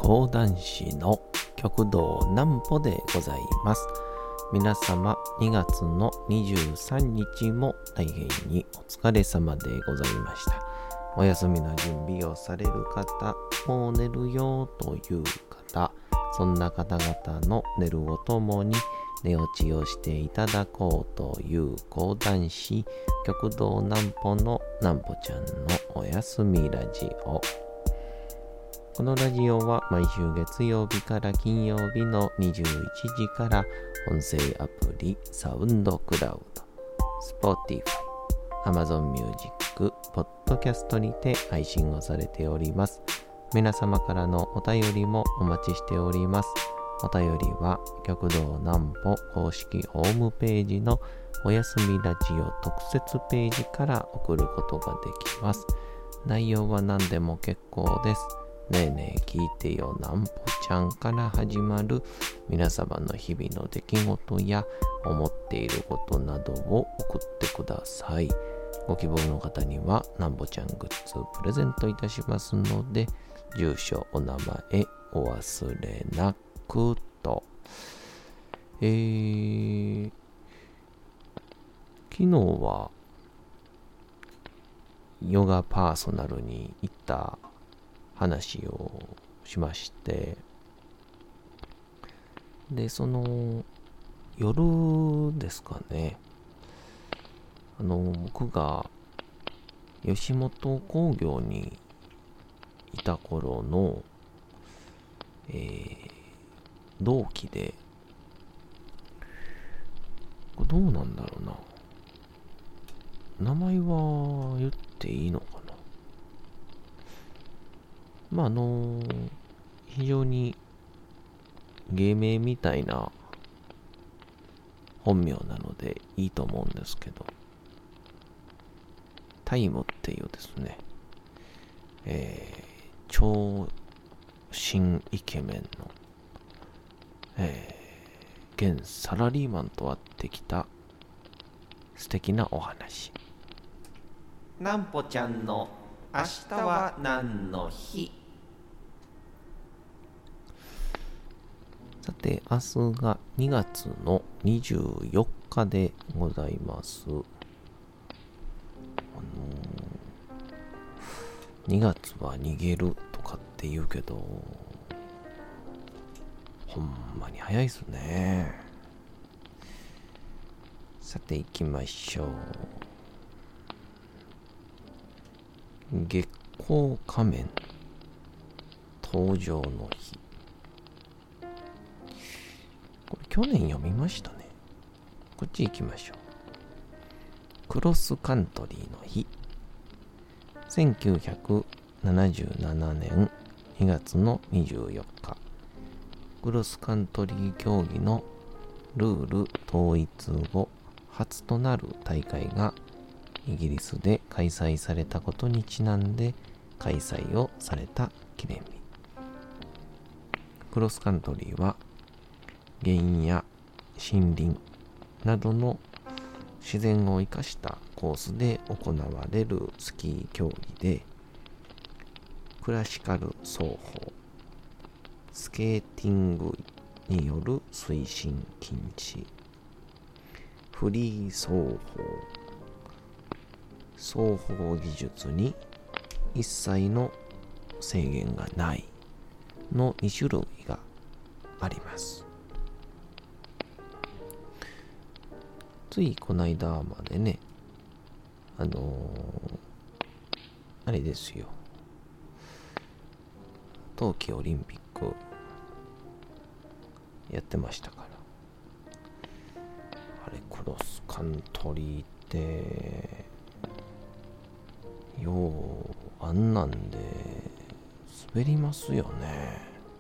講談師の極道南歩でございます。皆様2月の23日も大変にお疲れ様でございました。お休みの準備をされる方、もう寝るよという方、そんな方々の寝るをともに寝落ちをしていただこうという講談師極道南歩の南歩ちゃんのおやすみラジオ。このラジオは毎週月曜日から金曜日の21時から音声アプリサウンドクラウド、Spotify、Amazon Music、Podcast にて配信をされております。皆様からのお便りもお待ちしております。お便りは極道南歩公式ホームページのおやすみラジオ特設ページから送ることができます。内容は何でも結構です。ねえねえ聞いてよ南歩ちゃんから始まる皆様の日々の出来事や思っていることなどを送ってください。ご希望の方には南歩ちゃんグッズをプレゼントいたしますので、住所お名前お忘れなくと。昨日はヨガパーソナルに行った話をしまして、でその夜ですかね、僕が吉本興業にいた頃の、同期で、どうなんだろうな、名前は言っていいのかな。非常に芸名みたいな本名なのでいいと思うんですけど、タイムっていうですね、超新イケメンの、現サラリーマンと会ってきた素敵なお話。南歩ちゃんの明日は何の日。さて、明日が2月の24日でございます。2月は逃げるとかって言うけど、ほんまに早いっすね。さて行きましょう。月光仮面登場の日。これ去年読みましたね。こっち行きましょう。クロスカントリーの日。1977年2月の24日。クロスカントリー競技のルール統一後初となる大会がイギリスで開催されたことにちなんで開催をされた記念日。クロスカントリーは原野、森林などの自然を生かしたコースで行われるスキー競技で、クラシカル走法、スケーティングによる推進禁止、フリー走法技術に一切の制限がないの2種類があります。ついこの間までね、あれですよ、冬季オリンピックやってましたから、あれクロスカントリーってようあんなんで滑りますよね。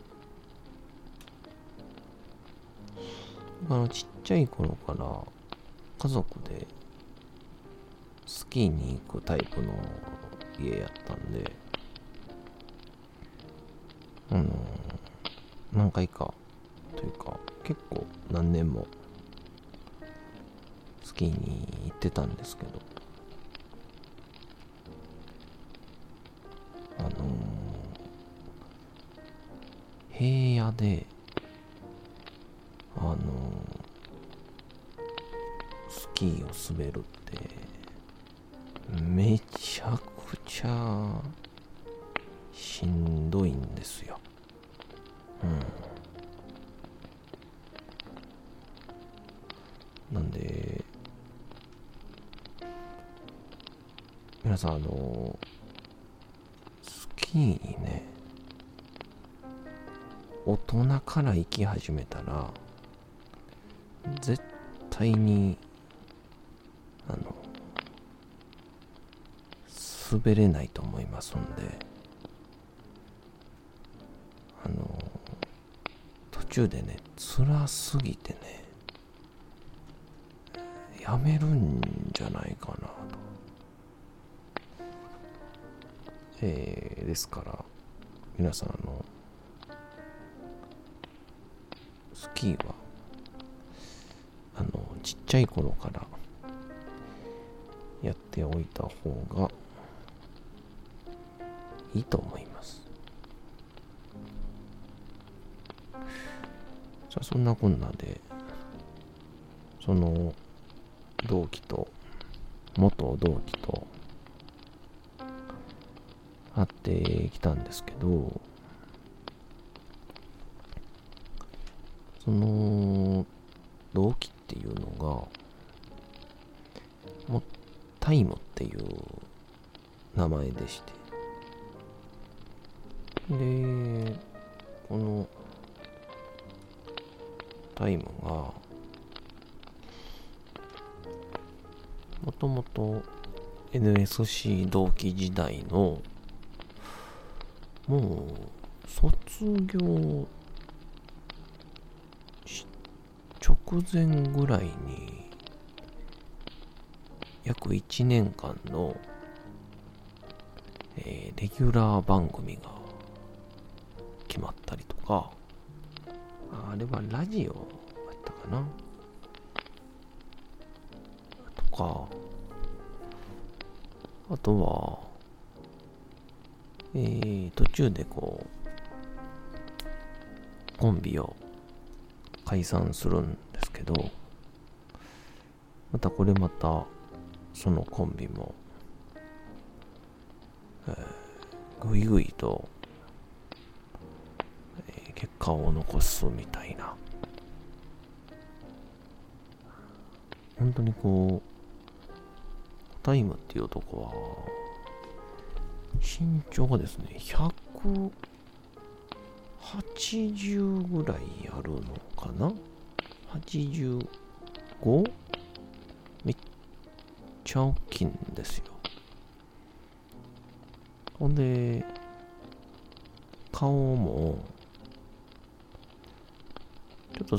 ちっちゃい頃から家族でスキーに行くタイプの家やったんで、何回かというか結構何年もスキーに行ってたんですけど、 平野でスキーを滑るってめちゃくちゃしんどいんですよ。なんで皆さんスキーにね、大人から行き始めたら絶対に滑れないと思いますんで、途中でね、辛すぎてね、やめるんじゃないかなと。ですから皆さんスキーはちっちゃい頃からやっておいた方がいいと思います。じゃあそんなこんなでその同期と元同期と会ってきたんですけど、その同期っていうのがタイムっていう名前でして、でこのタイムがもともと NSC 同期時代のもう卒業直前ぐらいに約1年間の、レギュラー番組が決まったりとか、あれはラジオだったかなとか、あとは途中でこうコンビを解散するんですけど、またそのコンビも、ぐいぐいと、結果を残すみたいな、本当にこうタイムっていうとこは身長がですね180ぐらいあるのかな、 85？ めっちゃ大きいんですよ。ほんで顔もちょっと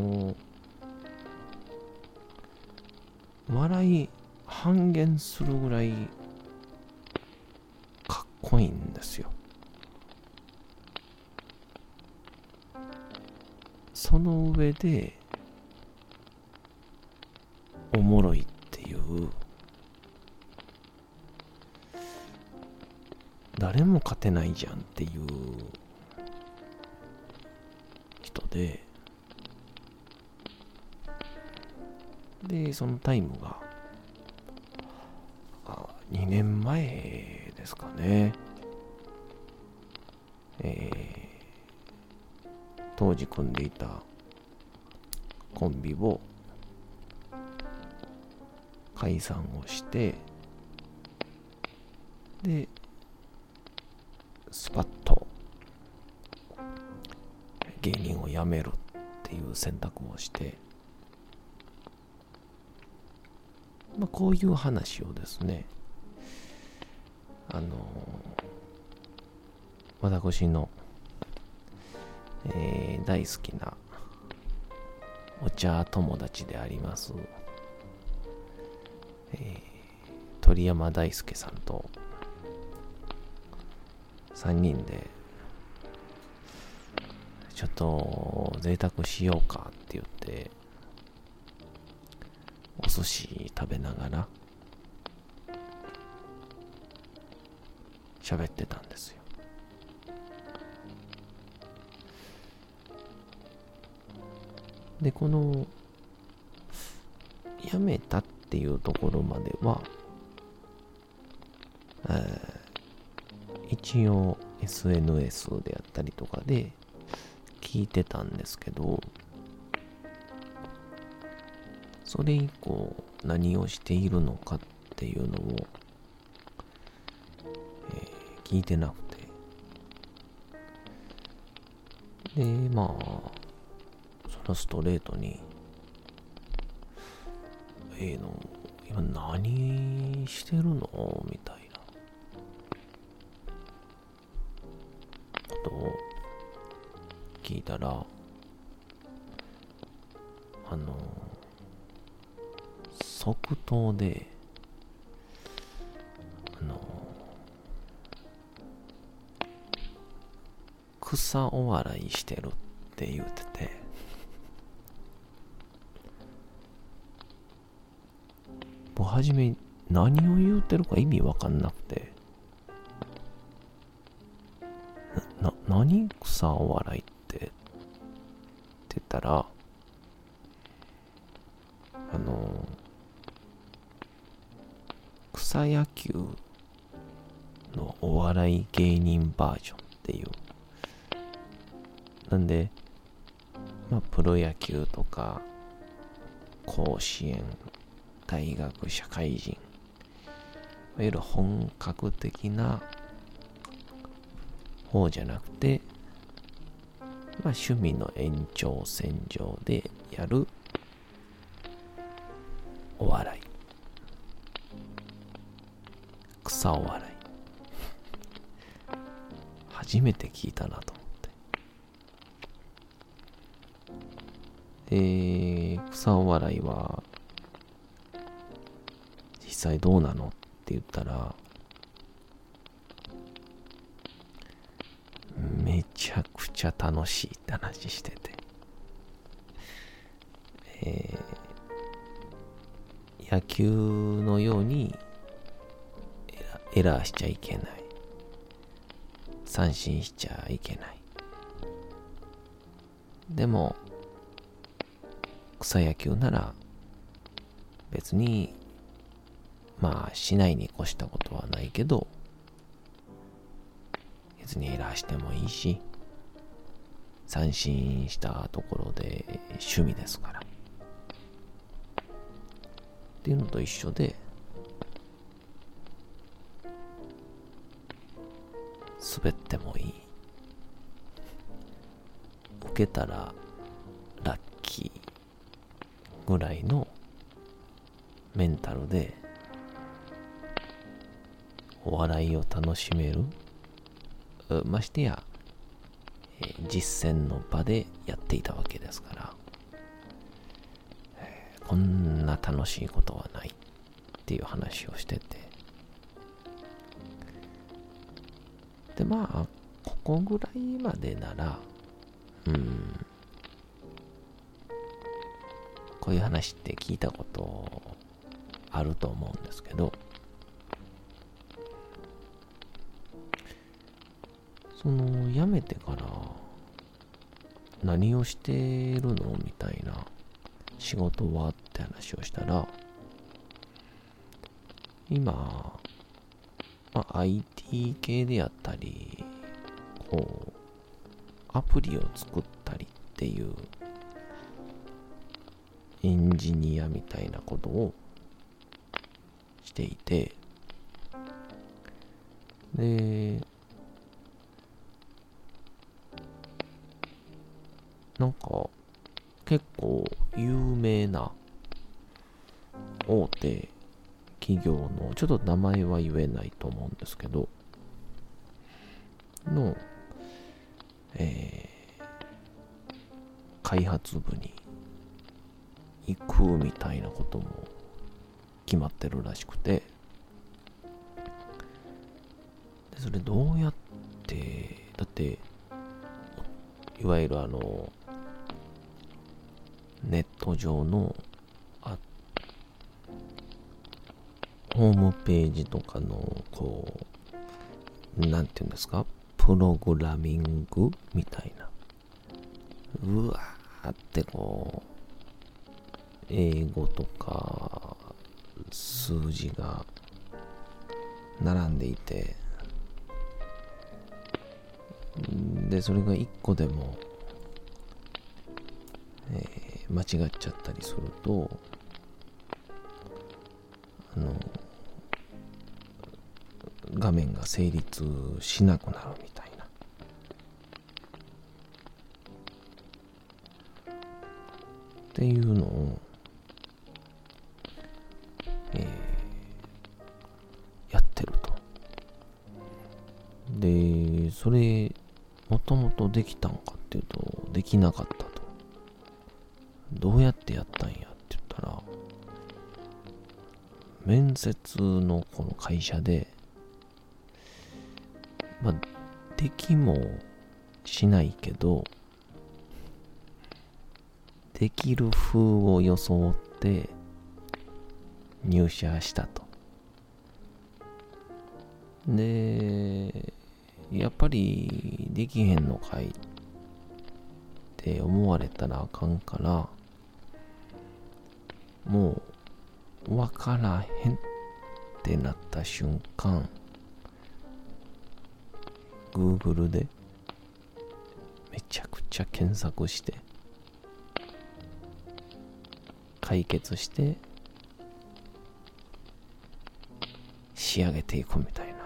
笑い半減するぐらいかっこいいんですよ。その上でおもろいっていう、誰も勝てないじゃんっていう人で、そのタイムが2年前ですかね、当時組んでいたコンビを解散をして、でスパッと芸人を辞めるっていう選択をして、こういう話をですね、私の、大好きなお茶友達であります、鳥山大輔さんと3人でちょっと贅沢しようかって言ってお寿司食べながら喋ってたんですよ。 で、この辞めたっていうところまでは、一応 SNS であったりとかで聞いてたんですけど、それ以降何をしているのかっていうのを、聞いてなくて、でまあそのストレートに今何してるのみたいなことを聞いたら、即答で草お笑いしてるって言ってて、僕はじめ何を言うてるか意味わかんなくて、何草お笑いって言ったら、草野球のお笑い芸人バージョンっていう、なんでプロ野球とか甲子園、大学、社会人、いわゆる本格的な方じゃなくて、趣味の延長線上でやるお笑い、草お笑い、初めて聞いたなと思って。草お笑いは実際どうなのって言ったら、めちゃくちゃ楽しいって話してて、野球のようにエラーしちゃいけない、三振しちゃいけない。でも草野球なら別にしないに越したことはないけど、別にエラーしてもいいし、三振したところで趣味ですからっていうのと一緒で、滑ってもいい、受けたらラッキーぐらいのメンタルでお笑いを楽しめる、ましてや、実践の場でやっていたわけですから、こんな楽しいことはないっていう話をしてて、でここぐらいまでならこういう話って聞いたことあると思うんですけど、その辞めてから何をしてるのみたいな、仕事はって話をしたら、今、IT 系でやったり、アプリを作ったりっていうエンジニアみたいなことをしていて、で結構有名な大手企業の、ちょっと名前は言えないと思うんですけどの、開発部に行くみたいなことも決まってるらしくて、でそれどうやって、だっていわゆるネット上のホームページとかのなんていうんですか、プログラミングみたいな、うわーっってこう英語とか数字が並んでいて、でそれが一個でも、間違っちゃったりすると画面が成立しなくなるみたいな。っていうのを、やってると。で、それもともとできたんかっていうと、できなかったと。どうやってやったんやって言ったら、面接のこの会社で、できもしないけど、できる風を装って入社したと。で、やっぱりできへんのかいって思われたらあかんから、もうわからへんってなった瞬間、Google でめちゃくちゃ検索して解決して仕上げていくみたいな。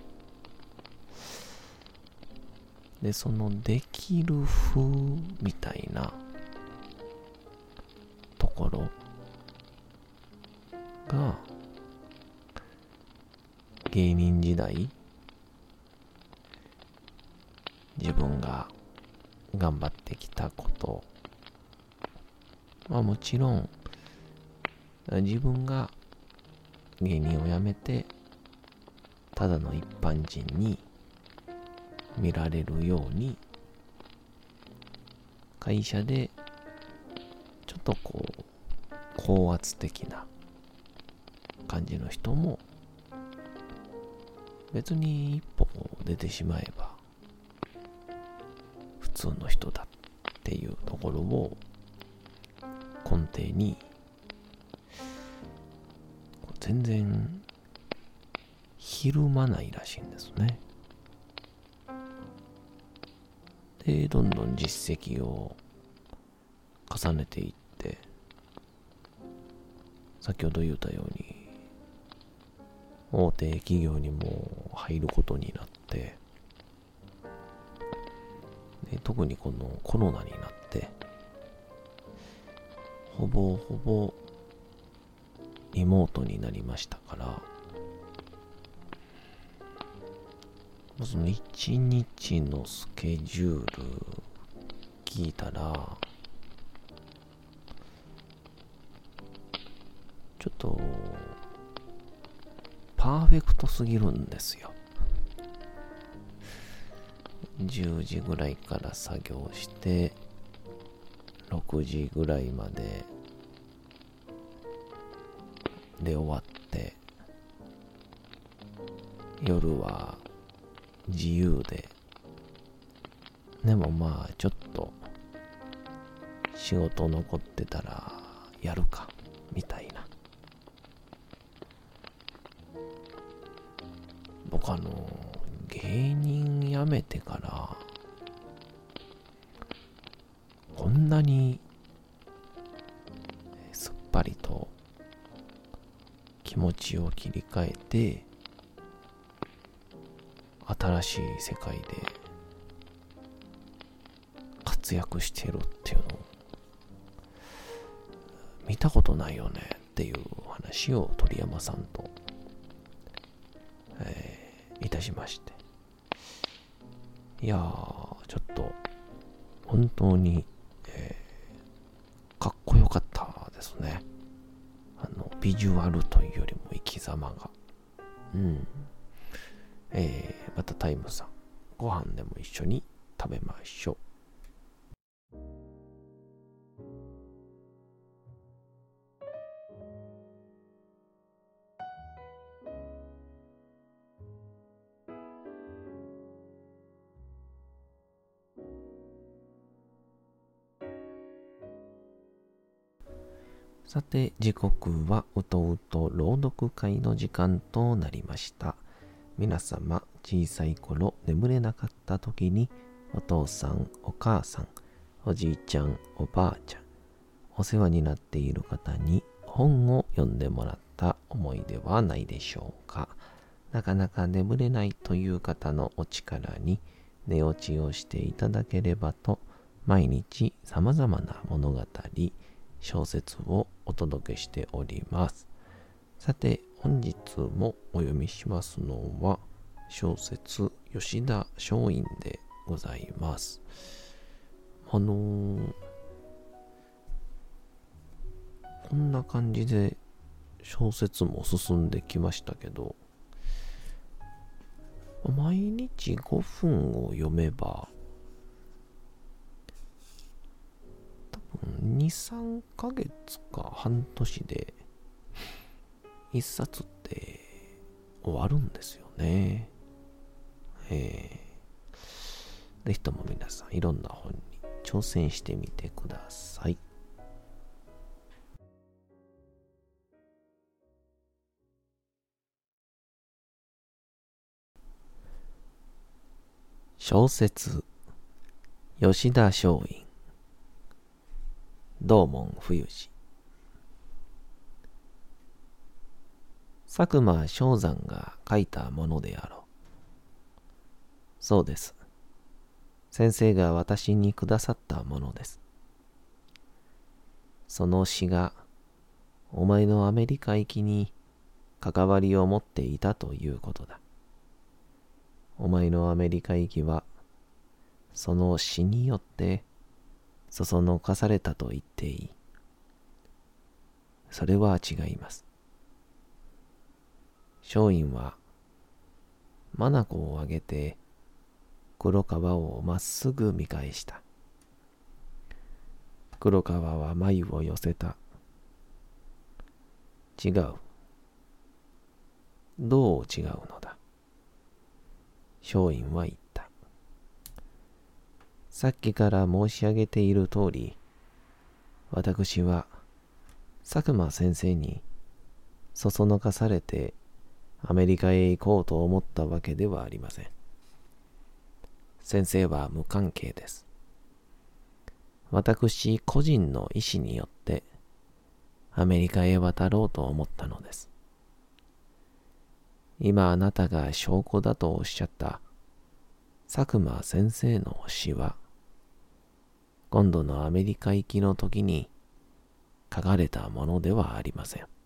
で、そのできる風みたいなところが芸人時代自分が頑張ってきたこと、もちろん自分が芸人を辞めてただの一般人に見られるように会社でちょっとこう高圧的な感じの人も別に一歩出てしまえば普通の人だっていうところを根底に全然ひるまないらしいんですね。で、どんどん実績を重ねていって、先ほど言ったように大手企業にも入ることになって、で特にこのコロナになってほぼほぼリモートになりましたから、その1日のスケジュール聞いたらちょっとパーフェクトすぎるんですよ。10時ぐらいから作業して6時ぐらいまで終わって、夜は自由でもちょっと仕事残ってたらやるかみたいな。僕芸人辞めてからこんなにすっぱりと気持ちを切り替えて新しい世界で活躍してるっていうのを見たことないよねっていう話を鳥山さんと、いたしまして、いやーちょっと本当に、かっこよかったですね。ビジュアルというよりも生き様が。またタイムさん、ご飯でも一緒に食べましょう。 さて、時刻はうとうと朗読会の時間となりました。皆様、小さい頃眠れなかった時に、お父さん、お母さん、おじいちゃん、おばあちゃん、お世話になっている方に本を読んでもらった思いではないでしょうか。なかなか眠れないという方のお力に寝落ちをしていただければと、毎日様々な物語、小説をお届けしております。さて、本日もお読みしますのは小説吉田松陰でございます。こんな感じで小説も進んできましたけど、毎日5分を読めば2、3ヶ月か半年で一冊って終わるんですよね。ぜひとも皆さんいろんな本に挑戦してみてください。小説吉田松陰、道門冬治。佐久間象山が書いたものであろう。そうです。先生が私にくださったものです。その詩がお前のアメリカ行きに関わりを持っていたということだ。お前のアメリカ行きはその詩によってそそのかされたと言っていい。それは違います。松陰は眼を上げて黒川をまっすぐ見返した。黒川は眉を寄せた。違う。どう違うのだ。松陰は言った。さっきから申し上げている通り、私は佐久間先生にそそのかされてアメリカへ行こうと思ったわけではありません。先生は無関係です。私個人の意思によってアメリカへ渡ろうと思ったのです。今あなたが証拠だとおっしゃった佐久間先生の詩は、今度のアメリカ行きの時に書かれたものではありません。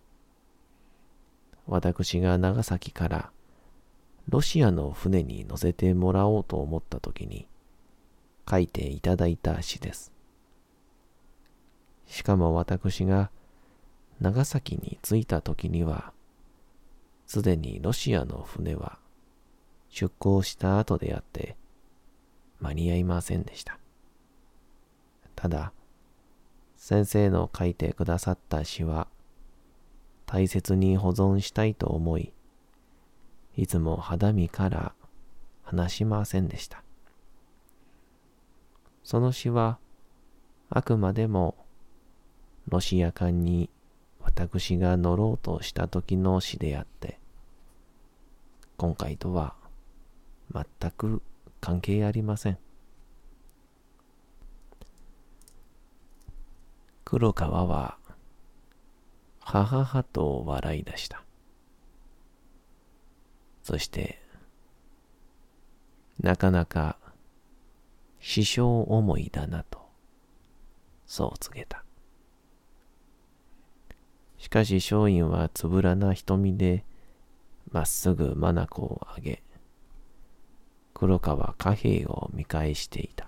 私が長崎からロシアの船に乗せてもらおうと思った時に書いていただいた詩です。しかも私が長崎に着いた時には、すでにロシアの船は出港した後であって間に合いませんでした。ただ、先生の書いてくださった詩は大切に保存したいと思い、いつも肌身から離しませんでした。その詩はあくまでもロシア艦に私が乗ろうとした時の詩であって、今回とは全く関係ありません。黒川ははははと笑い出した。そしてなかなか師匠思いだなとそう告げた。しかし松陰はつぶらな瞳でまっすぐ眼を上げ、黒川貨幣を見返していた。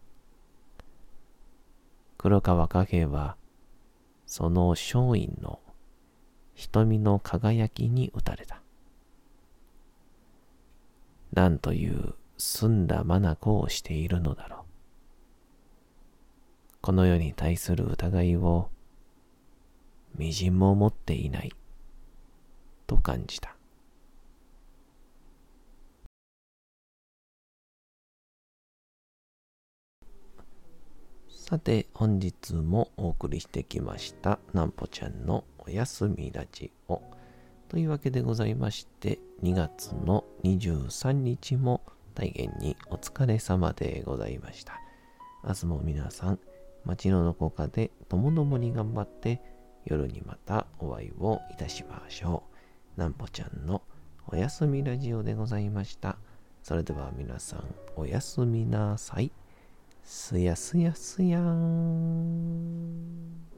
黒川貨幣はその松陰の瞳の輝きに打たれた。なんという澄んだ眼をしているのだろう。この世に対する疑いをみじんも持っていないと感じた。 さて本日もお送りしてきましたなんぽちゃんのおやすみラジオというわけでございまして、2月の23日も大変にお疲れ様でございました。明日も皆さん街のどこかでともどもに頑張って夜にまたお会いをいたしましょう。なんぽちゃんのおやすみラジオでございました。それでは皆さんおやすみなさい。すやすやすやーん。